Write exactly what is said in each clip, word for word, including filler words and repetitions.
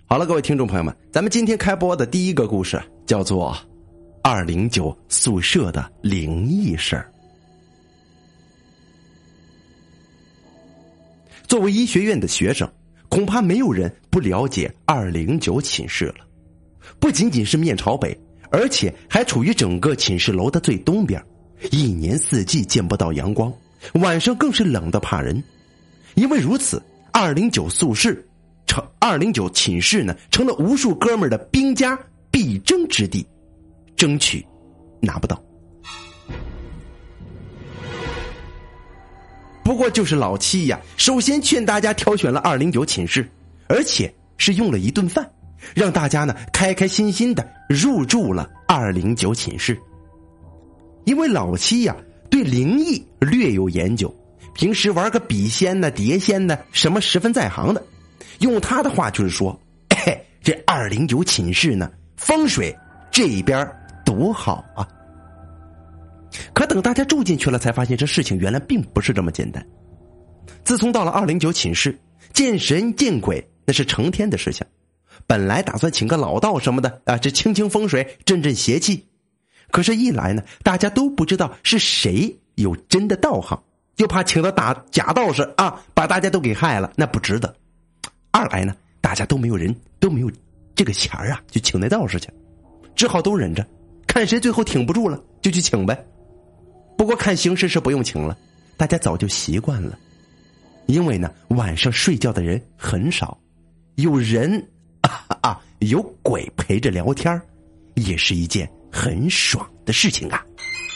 好了，各位听众朋友们，咱们今天开播的第一个故事叫做二零九宿舍的灵异事儿。作为医学院的学生，恐怕没有人不了解二零九寝室了。不仅仅是面朝北，而且还处于整个寝室楼的最东边，一年四季见不到阳光，晚上更是冷得怕人。因为如此，二零九宿舍成二零九寝室呢，成了无数哥们儿的兵家必争之地，争取拿不到。不过就是老七呀，首先劝大家挑选了二零九寝室，而且是用了一顿饭，让大家呢开开心心的入住了二零九寝室。因为老七呀对灵异略有研究，平时玩个笔仙呢、碟仙呢什么十分在行的。用他的话就是说，哎，这二零九寝室呢，风水这边多好啊！可等大家住进去了，才发现这事情原来并不是这么简单。自从到了二零九寝室，见神见鬼那是成天的事情。本来打算请个老道什么的啊，这清清风水、镇镇邪气。可是，一来呢，大家都不知道是谁有真的道行，又怕请到打假道士啊，把大家都给害了，那不值得。二来呢，大家都没有人都没有这个钱啊，就请那道士去，只好都忍着，看谁最后挺不住了就去请呗。不过看形势是不用请了，大家早就习惯了。因为呢，晚上睡觉的人很少，有人啊啊有鬼陪着聊天，也是一件很爽的事情啊。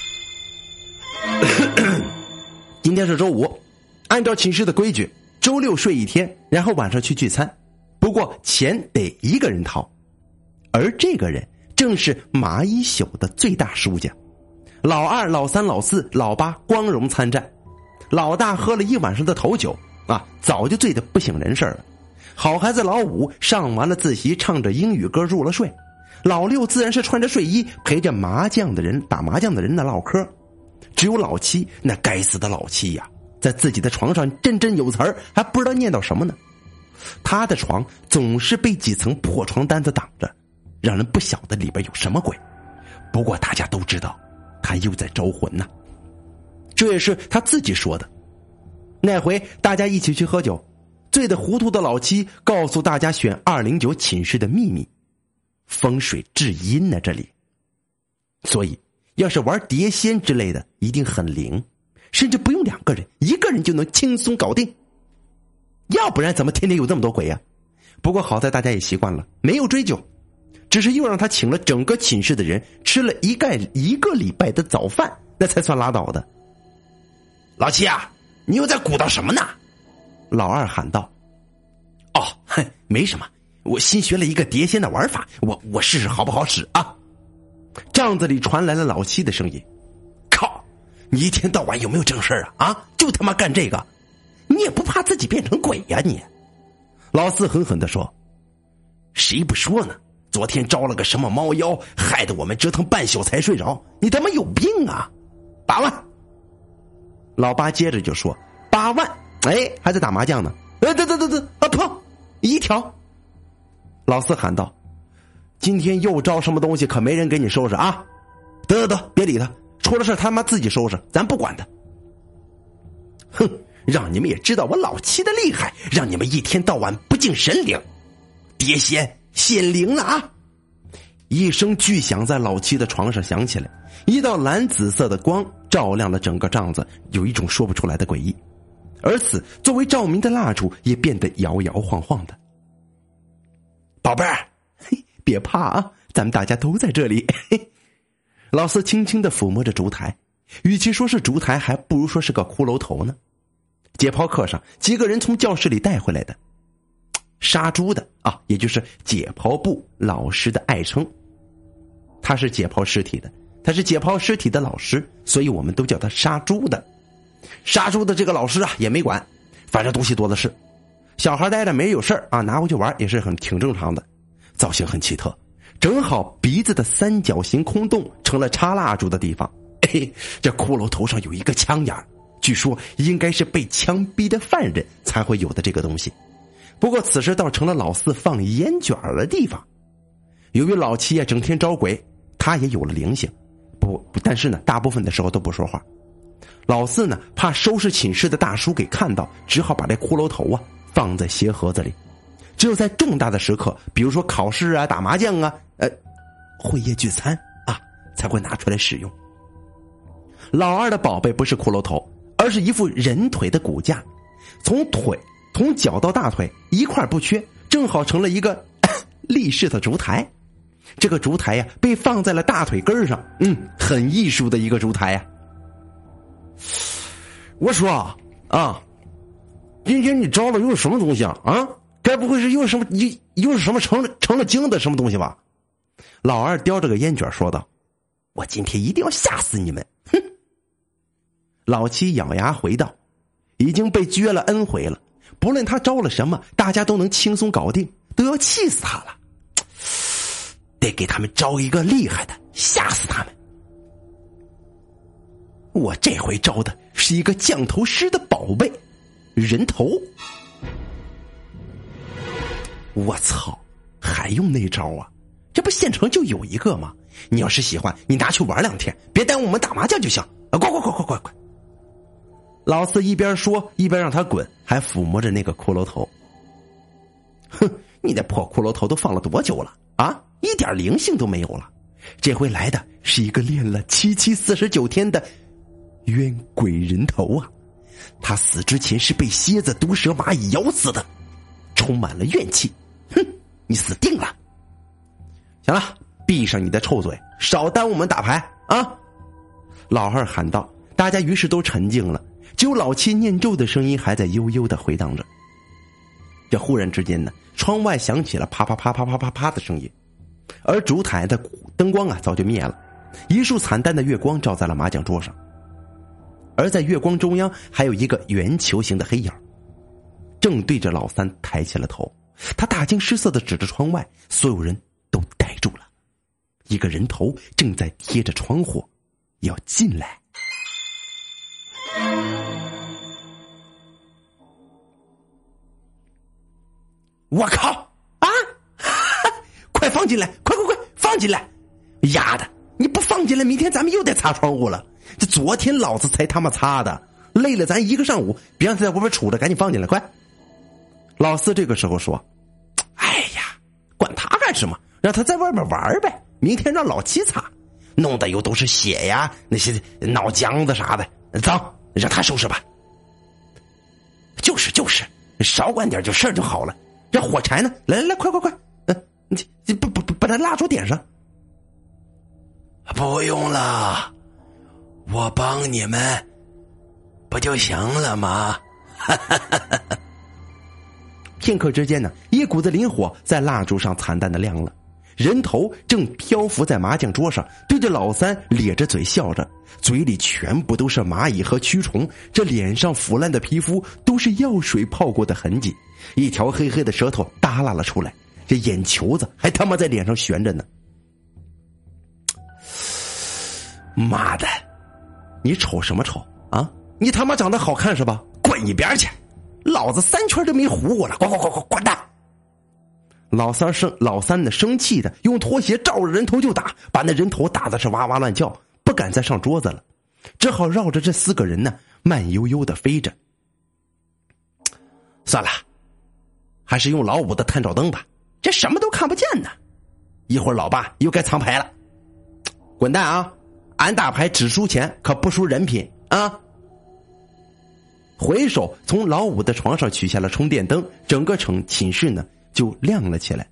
今天是周五，按照寝室的规矩，周六睡一天，然后晚上去聚餐，不过钱得一个人掏。而这个人正是麻衣宿的最大输家，老二、老三、老四、老八光荣参战。老大喝了一晚上的头酒啊，早就醉得不省人事了。好孩子老五上完了自习，唱着英语歌入了睡。老六自然是穿着睡衣陪着麻将的人打麻将的人的唠嗑。只有老七，那该死的老七呀，在自己的床上振振有词儿，还不知道念叨什么呢。他的床总是被几层破床单子挡着，让人不晓得里边有什么鬼。不过大家都知道，他又在招魂呢。这也是他自己说的。那回大家一起去喝酒，醉得糊涂的老七告诉大家选二零九寝室的秘密：风水至阴呢，这里。所以要是玩碟仙之类的，一定很灵，甚至不用两个人，一个人就能轻松搞定。要不然怎么天天有这么多鬼呀？不过好在大家也习惯了，没有追究，只是又让他请了整个寝室的人吃了一盖一个礼拜的早饭，那才算拉倒的。老七啊，你又在鼓捣什么呢？老二喊道。哦，哼，没什么，我新学了一个碟仙的玩法，我我试试好不好使啊？帐子里传来了老七的声音。靠，你一天到晚有没有正事啊？啊，就他妈干这个，你也不怕自己变成鬼呀你？老四狠狠地说。谁不说呢？昨天招了个什么猫妖，害得我们折腾半宿才睡着，你他妈有病啊！八万。老八接着就说八万，哎，还在打麻将呢。哎，得得得得，啊砰，一条。老四喊道，今天又招什么东西，可没人给你收拾啊！得得得，别理他，出了事他妈自己收拾，咱不管他。哼，让你们也知道我老七的厉害，让你们一天到晚不敬神灵。碟仙显灵了啊！一声巨响在老七的床上响起来，一道蓝紫色的光照亮了整个帐子，有一种说不出来的诡异。而此作为照明的蜡烛也变得摇摇晃晃的。宝贝儿，别怕啊，咱们大家都在这里。老四轻轻地抚摸着烛台，与其说是烛台，还不如说是个骷髅头呢。解剖课上几个人从教室里带回来的，杀猪的啊，也就是解剖部老师的爱称。他是解剖尸体的，他是解剖尸体的老师，所以我们都叫他杀猪的。杀猪的这个老师啊也没管，反正东西多的是。小孩待着没有事啊，拿回去玩也是很挺正常的。造型很奇特，正好鼻子的三角形空洞成了插蜡烛的地方。嘿，这骷髅头上有一个枪眼，据说应该是被枪毙的犯人才会有的这个东西。 不过此时倒成了老四放烟卷的地方。由于老七啊整天招鬼，他也有了灵性，不不，但是呢，大部分的时候都不说话。老四呢，怕收拾寝室的大叔给看到，只好把这骷髅头啊放在鞋盒子里。只有在重大的时刻，比如说考试啊、打麻将啊、呃，会夜聚餐啊，才会拿出来使用。老二的宝贝不是骷髅头，而是一副人腿的骨架，从腿从脚到大腿一块不缺，正好成了一个立式的烛台。这个烛台呀、啊，被放在了大腿根上，嗯，很艺术的一个烛台呀、啊。我说啊，今天你招了又是什么东西啊？啊，该不会是又是什么又又是什么成了成了精的什么东西吧？老二叼着个烟卷说道：“我今天一定要吓死你们！”哼。老七咬牙回道：“已经被撅了 N 回了，不论他招了什么，大家都能轻松搞定，都要气死他了。得给他们招一个厉害的，吓死他们。我这回招的是一个降头师的宝贝，人头。我操，还用那招啊？这不现成就有一个吗？你要是喜欢，你拿去玩两天，别耽误我们打麻将就行。啊，快快快快快快！老四一边说一边让他滚，还抚摸着那个骷髅头。哼，你那破骷髅头都放了多久了啊？一点灵性都没有了。这回来的是一个练了七七四十九天的冤鬼人头啊！他死之前是被蝎子、毒蛇、蚂蚁咬死的，充满了怨气。哼，你死定了！行了，闭上你的臭嘴，少耽误我们打牌啊！老二喊道。大家于是都沉静了，只有老七念咒的声音还在悠悠的回荡着。这忽然之间呢，窗外响起了啪啪啪啪啪啪啪的声音，而烛台的灯光啊早就灭了，一束惨淡的月光照在了麻将桌上，而在月光中央还有一个圆球形的黑影，正对着老三抬起了头。他大惊失色地指着窗外，所有人都呆住了。一个人头正在贴着窗户要进来。我靠啊！快放进来，快快快放进来！丫的，你不放进来，明天咱们又得擦窗户了。这昨天老子才他妈擦的，累了咱一个上午，别让他在外边杵着，赶紧放进来，快！老四这个时候说：“哎呀，管他干什么？让他在外边玩呗。明天让老七擦，弄得又都是血呀，那些脑浆子啥的，脏，让他收拾吧。”就是就是，少管点就事儿就好了。这火柴呢？来来来，快快快！嗯，你你不不不把它蜡烛点上。 不用了，我帮你们，不就行了吗？ 片刻之间呢，一股子磷火在蜡烛上惨淡的亮了，人头正漂浮在麻将桌上，对着老三咧着嘴笑着，嘴里全部都是蚂蚁和蛆虫，这脸上腐烂的皮肤都是药水泡过的痕迹，一条黑黑的舌头耷拉了出来，这眼球子还他妈在脸上悬着呢。妈的，你瞅什么瞅啊？你他妈长得好看是吧？滚一边去！老子三圈都没胡过了，滚滚滚滚滚蛋！老三生老三呢，生气的用拖鞋照着人头就打，把那人头打的是哇哇乱叫，不敢再上桌子了，只好绕着这四个人呢慢悠悠的飞着。算了，还是用老五的探照灯吧，这什么都看不见呢。一会儿老爸又该藏牌了，滚蛋啊！俺打牌只输钱，可不输人品啊！回手从老五的床上取下了充电灯，整个寝寝室呢就亮了起来。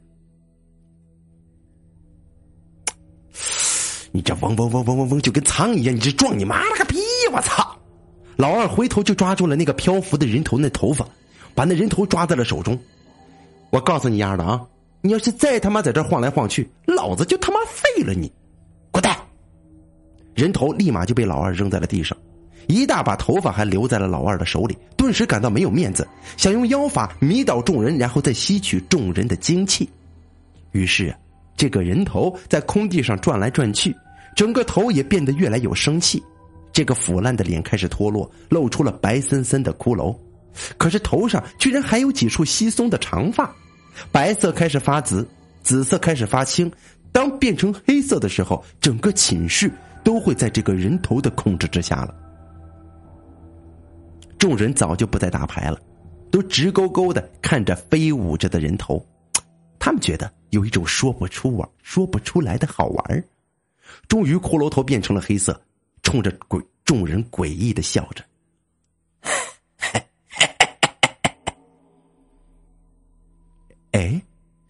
你这嗡嗡嗡嗡嗡嗡就跟苍一样，你这撞你妈了个逼！我操！老二回头就抓住了那个漂浮的人头那头发，把那人头抓在了手中。我告诉你丫的啊，你要是再他妈在这晃来晃去，老子就他妈废了你！滚蛋！人头立马就被老二扔在了地上，一大把头发还留在了老二的手里，顿时感到没有面子，想用妖法迷倒众人，然后再吸取众人的精气。于是啊，这个人头在空地上转来转去，整个头也变得越来有生气，这个腐烂的脸开始脱落，露出了白森森的骷髅。 可是头上居然还有几束稀松的长发，白色开始发紫，紫色开始发青，当变成黑色的时候，整个寝室都会在这个人头的控制之下了。众人早就不再打牌了，都直勾勾的看着飞舞着的人头，他们觉得有一种说不出玩说不出来的好玩。终于骷髅头变成了黑色，冲着鬼众人诡异的笑着。哎，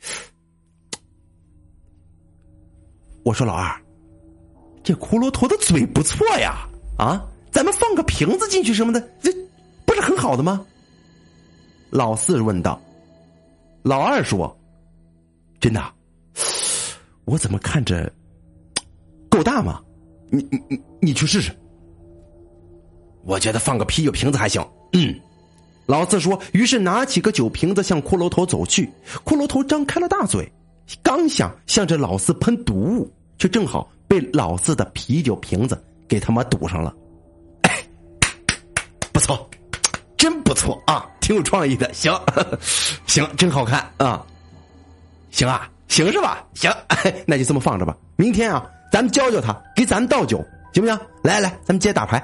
我说老二，这骷髅头的嘴不错呀，啊，咱们放个瓶子进去什么的，这不是很好的吗？老四问道。老二说：“真的？我怎么看着够大吗？你你你你去试试。”我觉得放个啤酒瓶子还行。嗯，老四说，于是拿起个酒瓶子向骷髅头走去。骷髅头张开了大嘴，刚想向着老四喷毒物，却正好被老四的啤酒瓶子给他妈堵上了。哎，不错，真不错啊，挺有创意的。行，行，真好看啊。行啊，行是吧？行，那就这么放着吧。明天啊，咱们教教他，给咱们倒酒，行不行？来来来，咱们接着打牌。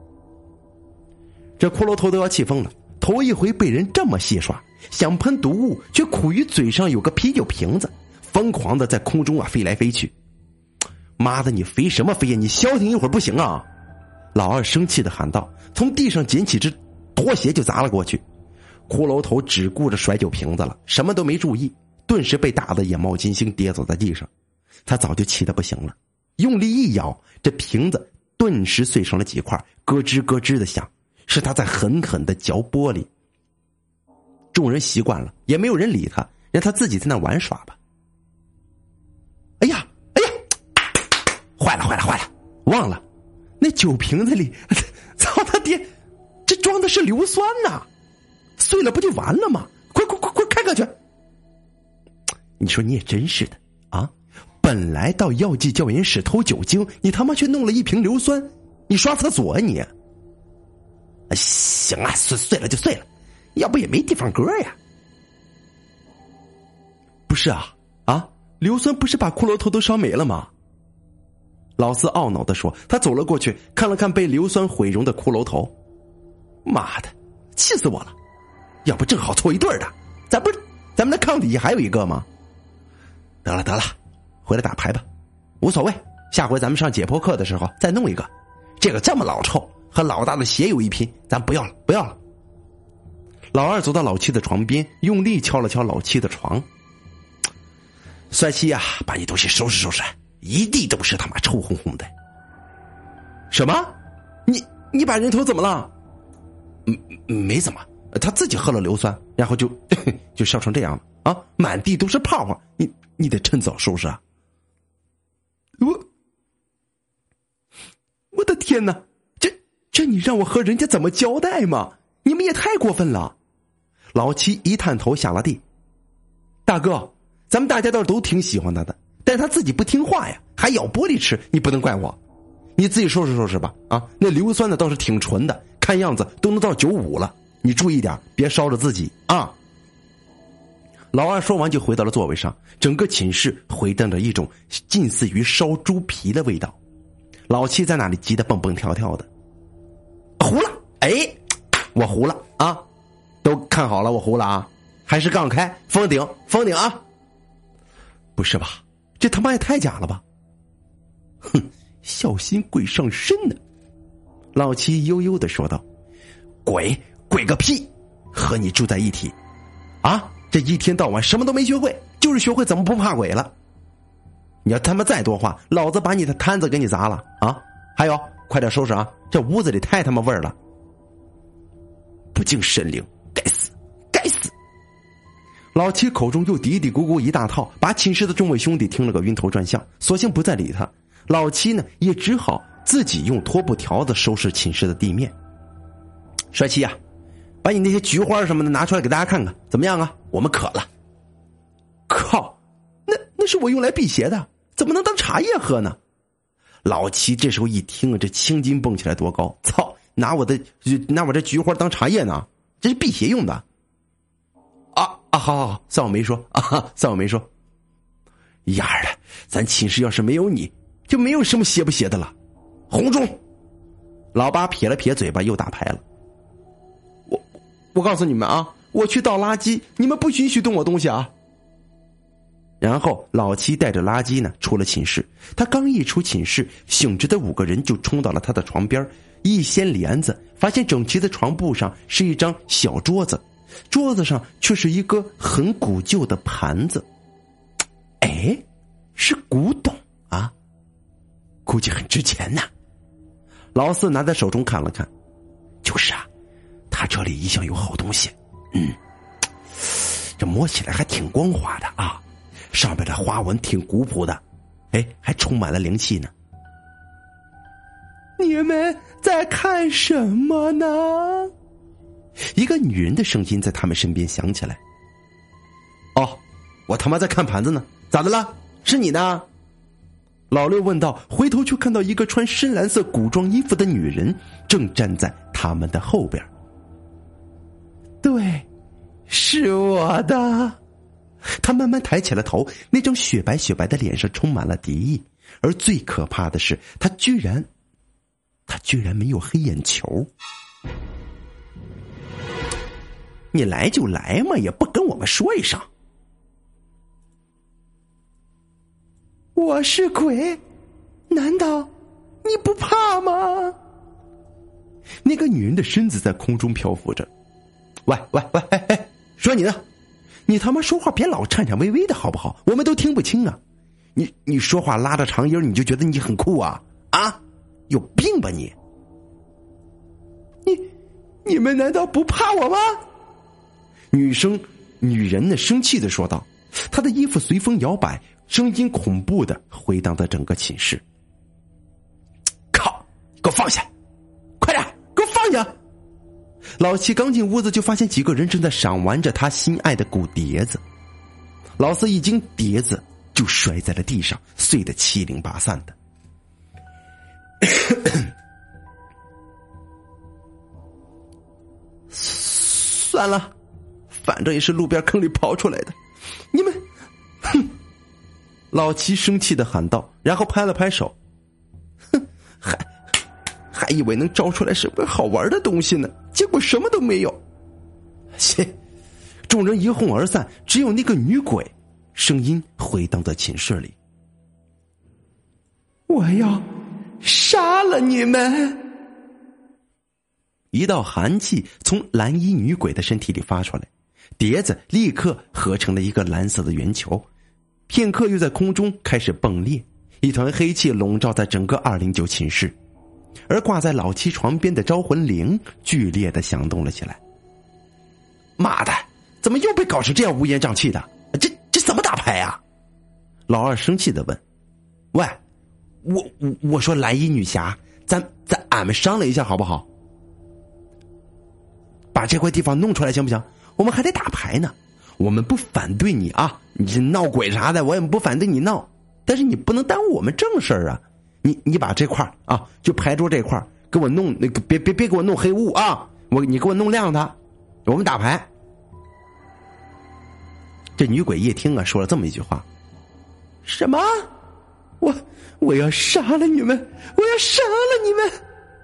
这骷髅头都要气疯了，头一回被人这么戏耍，想喷毒物，却苦于嘴上有个啤酒瓶子，疯狂的在空中啊飞来飞去。妈的，你飞什么飞呀？你消停一会儿不行啊！老二生气的喊道，从地上捡起只拖鞋就砸了过去。骷髅头只顾着甩酒瓶子了，什么都没注意，顿时被打得眼冒金星，跌走在地上。他早就气得不行了，用力一咬，这瓶子顿时碎成了几块，咯吱咯吱的响，是他在狠狠的嚼玻璃。众人习惯了，也没有人理他，让他自己在那玩耍吧。哎呀哎呀，坏了坏了坏了，忘了那酒瓶子里，操他爹，这装的是硫酸呐！碎了不就完了吗？快快快快看看去！你说你也真是的啊！本来到药剂教研室偷酒精，你他妈却弄了一瓶硫酸，你耍他左啊你！啊行啊，碎碎了就碎了，要不也没地方搁呀。不是啊啊！硫酸不是把骷髅头都烧没了吗？老四懊恼地说，他走了过去，看了看被硫酸毁容的骷髅头。妈的，气死我了！要不正好凑一对的，咱不是咱们那炕底下还有一个吗？得了得了，回来打牌吧，无所谓，下回咱们上解剖课的时候再弄一个。这个这么老臭，和老大的血有一拼，咱不要了不要了。老二走到老七的床边，用力敲了敲老七的床。帅气呀，把你东西收拾收拾，一地都是他妈臭烘烘的。什么？你你把人头怎么了？嗯，没怎么，他自己喝了硫酸，然后就就烧成这样了啊！满地都是泡泡，你你得趁早收拾啊！我我的天哪，这这你让我和人家怎么交代吗？你们也太过分了！老七一探头下了地，大哥，咱们大家倒是都挺喜欢他的，但是他自己不听话呀，还咬玻璃吃，你不能怪我，你自己收拾收拾吧。啊，那硫酸的倒是挺纯的，看样子都能到九五了，你注意点，别烧着自己啊！老二说完就回到了座位上，整个寝室回荡着一种近似于烧猪皮的味道。老七在那里急得蹦蹦跳跳的，糊了！哎，我糊了啊！都看好了，我糊了啊！还是杠开，封顶，封顶啊！不是吧？这他妈也太假了吧！哼，小心鬼上身呢！老七悠悠的说道：“鬼鬼个屁！和你住在一起，啊！这一天到晚什么都没学会，就是学会怎么不怕鬼了。你要他妈再多话，老子把你的摊子给你砸了啊！还有，快点收拾啊！这屋子里太他妈味儿了！不敬神灵，该死，该死！”老七口中又嘀嘀咕咕一大套，把寝室的众位兄弟听了个晕头转向，索性不再理他。老七呢，也只好自己用拖布条子收拾寝室的地面。帅气啊，把你那些菊花什么的拿出来给大家看看，怎么样啊？我们渴了。靠，那那是我用来辟邪的，怎么能当茶叶喝呢？老七这时候一听，这青筋蹦起来多高，操！拿我的拿我这菊花当茶叶呢？这这是辟邪用的。啊啊，好好好，算我没说啊，算我没说。丫的，咱寝室要是没有你，就没有什么邪不邪的了。红中，老八撇了撇嘴巴，又打牌了。我我告诉你们啊，我去倒垃圾，你们不允许动我东西啊。然后老七带着垃圾呢出了寝室，他刚一出寝室，醒着的五个人就冲到了他的床边，一掀帘子，发现整齐的床铺上是一张小桌子，桌子上却是一个很古旧的盘子。哎，是古董啊，估计很值钱呐。老四拿在手中看了看，就是啊，他这里一向有好东西，嗯，这摸起来还挺光滑的啊，上面的花纹挺古朴的，哎，还充满了灵气呢。你们在看什么呢？一个女人的声音在他们身边响起来。哦，我他妈在看盘子呢，咋的了？是你呢？老六问道，回头却看到一个穿深蓝色古装衣服的女人正站在他们的后边。对，是我的。他慢慢抬起了头，那张雪白雪白的脸上充满了敌意，而最可怕的是，他居然他居然没有黑眼球。你来就来嘛，也不跟我们说一声。我是鬼，难道你不怕吗？那个女人的身子在空中漂浮着。喂喂喂，哎哎，说你呢？你他妈说话别老颤颤巍巍的好不好？我们都听不清啊！你你说话拉着长音，你就觉得你很酷啊？啊，有病吧你？你你们难道不怕我吗？女生女人呢生气的说道，她的衣服随风摇摆，声音恐怖的回荡在整个寝室。靠，给我放下，快点给我放下。老七刚进屋子就发现几个人正在赏玩着他心爱的古碟子，老四一惊，碟子就摔在了地上，碎得七零八散的。算了，反正也是路边坑里刨出来的，你们哼！老七生气的喊道，然后拍了拍手，哼，还还以为能招出来什么好玩的东西呢，结果什么都没有。切！众人一哄而散，只有那个女鬼声音回荡在寝室里：我要杀了你们！一道寒气从蓝衣女鬼的身体里发出来，碟子立刻合成了一个蓝色的圆球，片刻又在空中开始迸裂，一团黑气笼罩在整个二零九寝室，而挂在老七床边的招魂铃剧烈的响动了起来。妈的，怎么又被搞成这样乌烟瘴气的？这这怎么打牌啊？老二生气的问。喂，我我我说蓝衣女侠，咱咱俺们商量一下好不好？把这块地方弄出来行不行？我们还得打牌呢。我们不反对你啊，你闹鬼啥的我也不反对你闹，但是你不能耽误我们正事儿啊。你你把这块啊，就牌桌这块给我弄那个，别别别给我弄黑雾啊，我你给我弄亮它，我们打牌。这女鬼一听啊，说了这么一句话：什么？我我要杀了你们，我要杀了你们！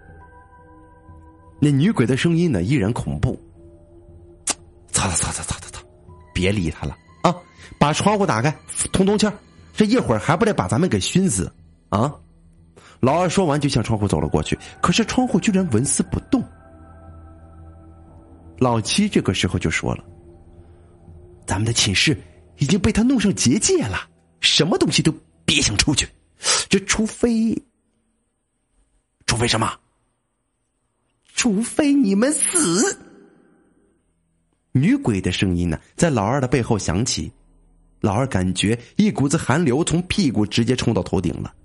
那女鬼的声音呢依然恐怖。操操操操操操操！别理他了啊！把窗户打开，通通气儿，这一会儿还不得把咱们给熏死啊！老二说完就向窗户走了过去，可是窗户居然纹丝不动。老七这个时候就说了：咱们的寝室已经被他弄上结界了，什么东西都别想出去，这除非除非什么？除非你们死！女鬼的声音呢，在老二的背后响起。老二感觉一股子寒流从屁股直接冲到头顶了。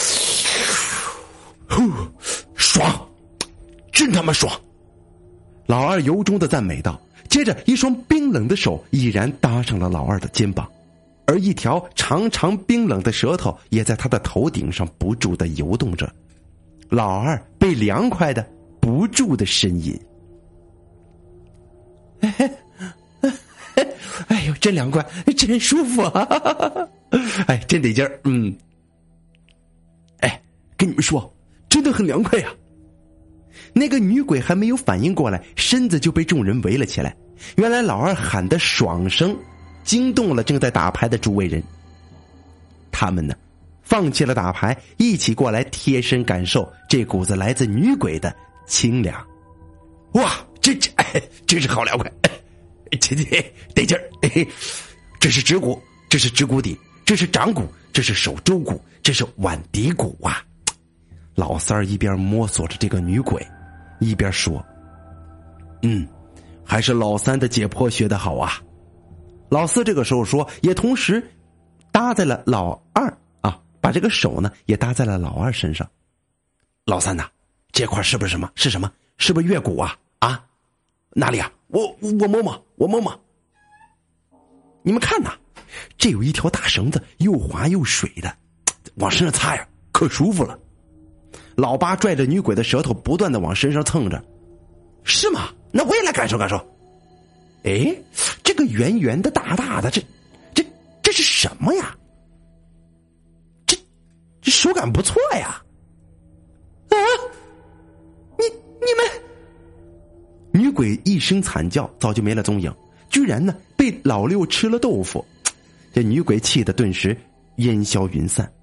呼，爽，真他妈爽！老二由衷的赞美道，接着一双冰冷的手已然搭上了老二的肩膀，而一条长长冰冷的舌头也在他的头顶上不住的游动着。老二被凉快的不住的呻吟。 哎呦，真凉快，真舒服啊！哎，真得劲儿。嗯，哎，跟你们说，真的很凉快呀、啊。那个女鬼还没有反应过来，身子就被众人围了起来。原来老二喊的爽声惊动了正在打牌的诸位人，他们呢放弃了打牌，一起过来贴身感受这股子来自女鬼的清凉。哇，这这哎，真是好凉快！这这得劲儿！哎，这是指骨，这是指骨底，这是掌骨，这是手肘骨，这是腕骶骨啊！老三儿一边摸索着这个女鬼，一边说：“嗯，还是老三的解剖学的好啊。”老四这个时候说，也同时搭在了老二啊，把这个手呢也搭在了老二身上。老三呐，这块是不是什么？是什么？是不是月骨啊？啊，哪里啊？我我摸摸，我摸摸。你们看呐，这有一条大绳子，又滑又水的，往身上擦呀，可舒服了。老八拽着女鬼的舌头，不断的往身上蹭着。是吗？那我也来感受感受。哎，这个圆圆的大大的，这这这是什么呀？这这手感不错呀！啊，你你们！女鬼一声惨叫，早就没了踪影，居然呢被老六吃了豆腐。这女鬼气得顿时烟消云散。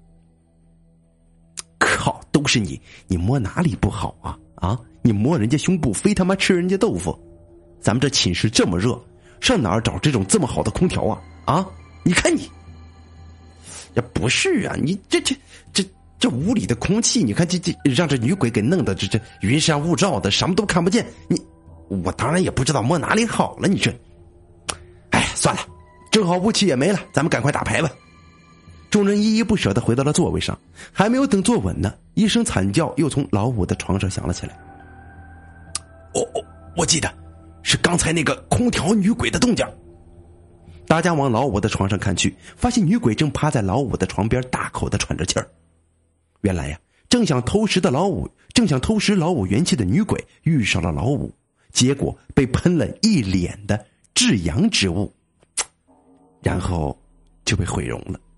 靠，都是你，你摸哪里不好啊？啊，你摸人家胸部，非他妈吃人家豆腐。咱们这寝室这么热，上哪儿找这种这么好的空调啊？啊，你看你，呀不是啊，你这这这这屋里的空气，你看这这让这女鬼给弄的这这云山雾罩的，什么都看不见。你我当然也不知道摸哪里好了，你这，哎，算了，正好雾气也没了，咱们赶快打牌吧。众人依依不舍地回到了座位上，还没有等坐稳呢，一声惨叫又从老五的床上响了起来。哦哦，我记得是刚才那个空调女鬼的动静。大家往老五的床上看去，发现女鬼正趴在老五的床边，大口地喘着气儿。原来呀，正想偷食的老五，正想偷食老五元气的女鬼遇上了老五，结果被喷了一脸的至阳之物，然后就被毁容了。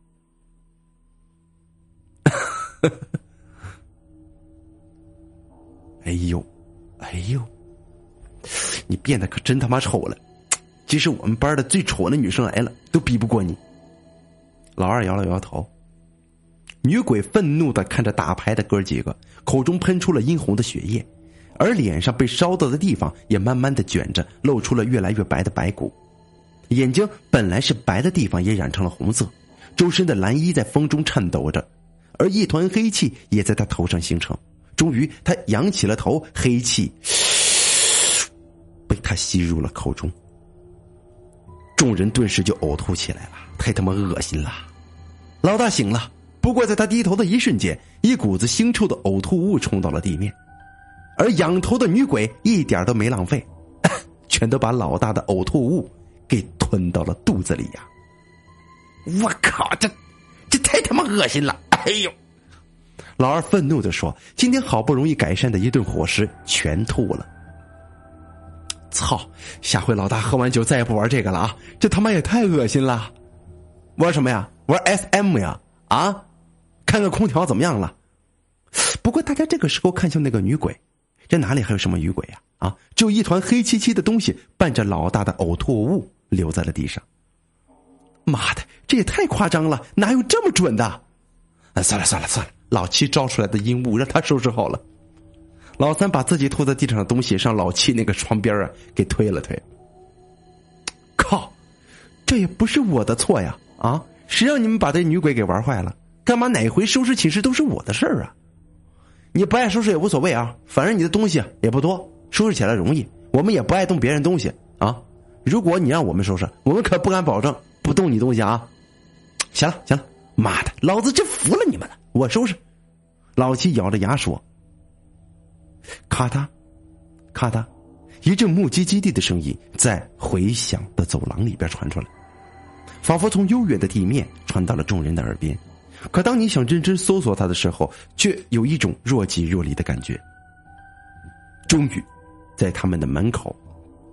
哎呦，哎呦，你变得可真他妈丑了！即使我们班的最丑的女生来了，都比不过你。老二摇了摇头。女鬼愤怒地看着打牌的哥几个，口中喷出了殷红的血液，而脸上被烧到的地方也慢慢地卷着，露出了越来越白的白骨。眼睛本来是白的地方也染成了红色，周身的蓝衣在风中颤抖着，而一团黑气也在他头上形成。终于他仰起了头，黑气被他吸入了口中。众人顿时就呕吐起来了，太他妈恶心了。老大醒了，不过在他低头的一瞬间，一股子腥臭的呕吐物冲到了地面，而仰头的女鬼一点都没浪费，全都把老大的呕吐物给吞到了肚子里呀！我靠，这这太他妈恶心了！哎呦！老二愤怒地说：“今天好不容易改善的一顿伙食全吐了。操！下回老大喝完酒再也不玩这个了啊！这他妈也太恶心了！玩什么呀？玩 S M 呀？啊？看看空调怎么样了？不过大家这个时候看向那个女鬼，这哪里还有什么女鬼呀？啊，只有一团黑漆漆的东西伴着老大的呕吐物留在了地上。妈的，这也太夸张了，哪有这么准的？啊，算了算了算了。”老七招出来的阴物让他收拾好了。老三把自己吐在地上的东西上老七那个床边啊给推了推。靠，这也不是我的错呀！啊，谁让你们把这女鬼给玩坏了？干嘛哪回收拾寝室都是我的事儿啊？你不爱收拾也无所谓啊，反正你的东西也不多，收拾起来容易。我们也不爱动别人东西啊。如果你让我们收拾，我们可不敢保证不动你东西啊。行了行了，妈的，老子真服了你们了！我收拾。老七咬着牙说。咔嗒咔嗒，一阵木嘰嘰地的声音在回响的走廊里边传出来，仿佛从悠远的地面传到了众人的耳边。可当你想认真搜索它的时候，却有一种若即若离的感觉。终于在他们的门口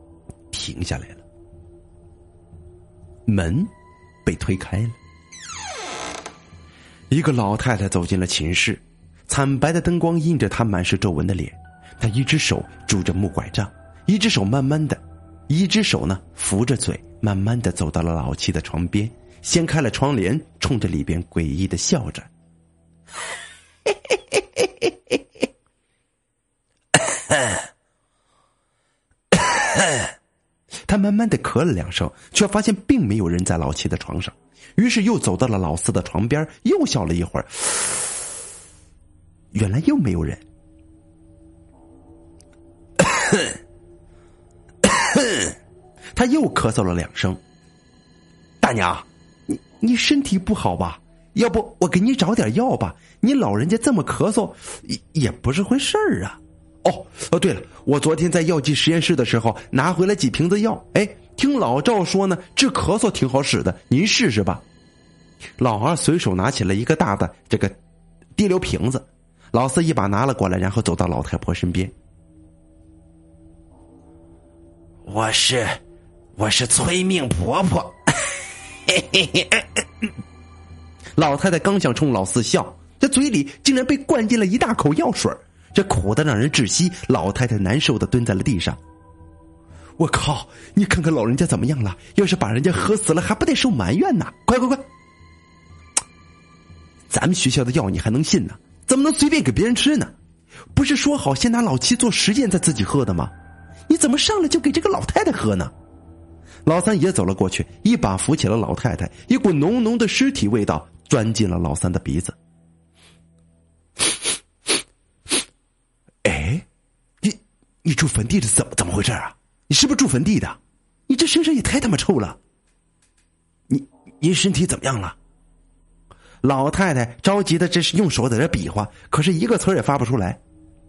停下来了。门被推开了，一个老太太走进了寝室，惨白的灯光映着她满是皱纹的脸，她一只手拄着木拐杖，一只手慢慢的一只手呢扶着嘴，慢慢的走到了老七的床边，掀开了窗帘，冲着里边诡异的笑着。他慢慢的咳了两声，却发现并没有人在老七的床上，于是又走到了老四的床边，又笑了一会儿，原来又没有人。他又咳嗽了两声。大娘，你你身体不好吧？要不我给你找点药吧？你老人家这么咳嗽也也不是回事儿啊。哦哦，对了，我昨天在药剂实验室的时候拿回了几瓶子药，哎，听老赵说呢，治咳嗽挺好使的，您试试吧。老二随手拿起了一个大的这个滴流瓶子，老四一把拿了过来，然后走到老太婆身边。 我是我是催命婆婆。 老太太刚想冲老四笑，这嘴里竟然被灌进了一大口药水，这苦的让人窒息。老太太难受的蹲在了地上。我靠，你看看老人家怎么样了？要是把人家喝死了还不得受埋怨呢？快快快，咱们学校的药你还能信呢？怎么能随便给别人吃呢？不是说好先拿老七做实验再自己喝的吗？你怎么上来就给这个老太太喝呢？老三也走了过去，一把扶起了老太太，一股浓浓的尸体味道钻进了老三的鼻子。哎，你你住坟地的怎么怎么回事啊？你是不是住坟地的？你这身上也太他妈臭了！你您身体怎么样了？老太太着急的这是用手在这比划，可是一个词儿也发不出来。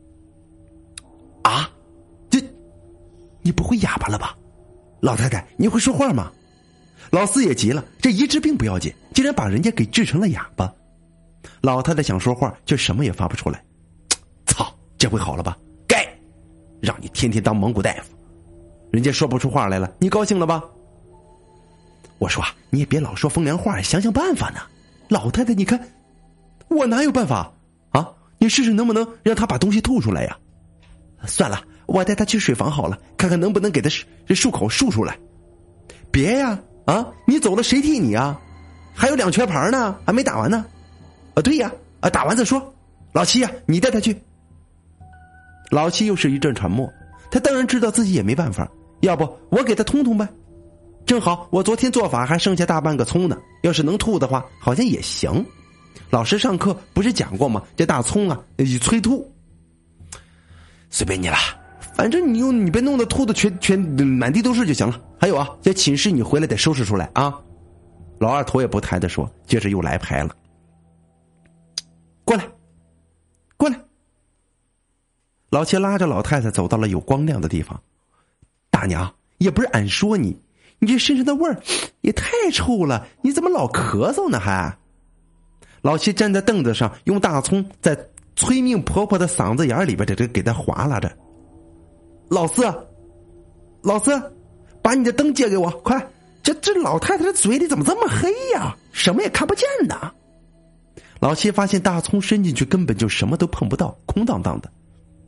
啊，这你不会哑巴了吧？老太太，你会说话吗？老四也急了，这一治病不要紧，竟然把人家给治成了哑巴。老太太想说话，却什么也发不出来。操，这回好了吧？该让你天天当蒙古大夫，人家说不出话来了，你高兴了吧？我说你也别老说风凉话，想想办法呢。老太太，你看我哪有办法啊？你试试能不能让他把东西吐出来呀？算了，我带他去水房好了，看看能不能给他这漱口漱出来。别呀，啊，你走了谁替你啊？还有两圈牌呢，还没打完呢。啊，对呀，啊，打完再说。老七呀，你带他去。老七又是一阵沉默，他当然知道自己也没办法，要不我给他通通呗。正好我昨天做法还剩下大半个葱呢，要是能吐的话，好像也行。老师上课不是讲过吗？这大葱啊，催吐。随便你了，反正你用你别弄得吐的全全满地都是就行了。还有啊，这寝室你回来得收拾出来啊。老二头也不抬的说，接着又来牌了。过来，过来。老七拉着老太太走到了有光亮的地方。大娘，也不是俺说你，你这身上的味儿也太臭了，你怎么老咳嗽呢还？老七站在凳子上，用大葱在催命婆婆的嗓子眼里边这这给她划拉着。老四，老四，把你的灯借给我，快！这这老太太的嘴里怎么这么黑呀？什么也看不见呢。老七发现大葱伸进去根本就什么都碰不到，空荡荡的。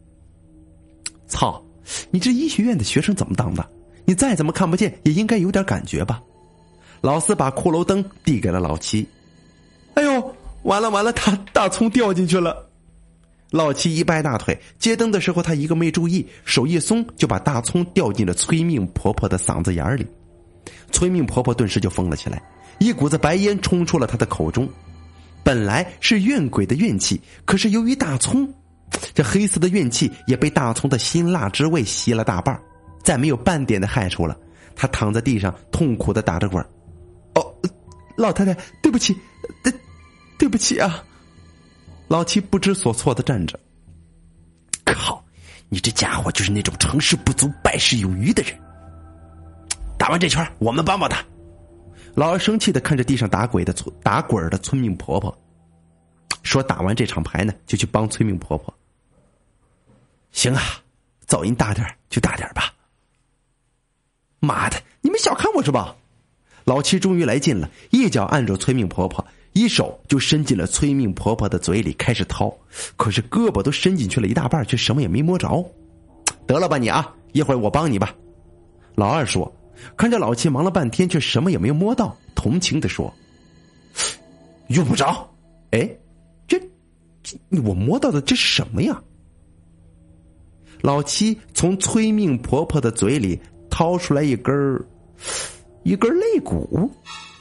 操，你这医学院的学生怎么当的？你再怎么看不见也应该有点感觉吧。老四把骷髅灯递给了老七。哎呦，完了完了，大大葱掉进去了。老七一掰大腿，接灯的时候他一个没注意，手一松就把大葱掉进了催命婆婆的嗓子眼里。催命婆婆顿时就疯了起来，一股子白烟冲出了她的口中。本来是怨鬼的怨气，可是由于大葱，这黑色的怨气也被大葱的辛辣之味吸了大半，再没有半点的害处了。她躺在地上痛苦的打着滚。哦，老太太，对不起，对对不起啊。老七不知所措的站着。靠，你这家伙就是那种成事不足败事有余的人。打完这圈我们帮帮他。老二生气的看着地上打鬼的打滚的村民婆婆，说打完这场牌呢就去帮村民婆婆。行啊，噪音大点就大点吧。 妈的，你们小看我是吧？老七终于来劲了，一脚按住催命婆婆，一手就伸进了催命婆婆的嘴里开始掏，可是胳膊都伸进去了一大半，却什么也没摸着。得了吧你啊，一会儿我帮你吧。老二说，看着老七忙了半天却什么也没有摸到，同情地说，用不着。哎，这这我摸到的这是什么呀？老七从催命婆婆的嘴里掏出来一根一根肋骨。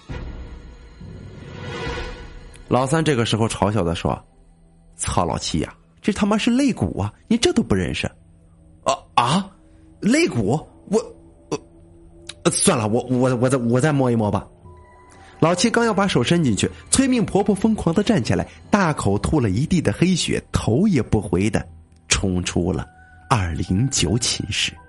老三这个时候嘲笑的说，操老七呀、啊，这他妈是肋骨啊，你这都不认识？啊啊，肋骨？我我算了，我我我再我再摸一摸吧。老七刚要把手伸进去，催命婆婆疯狂的站起来，大口吐了一地的黑血，头也不回的冲出了二零九寝室。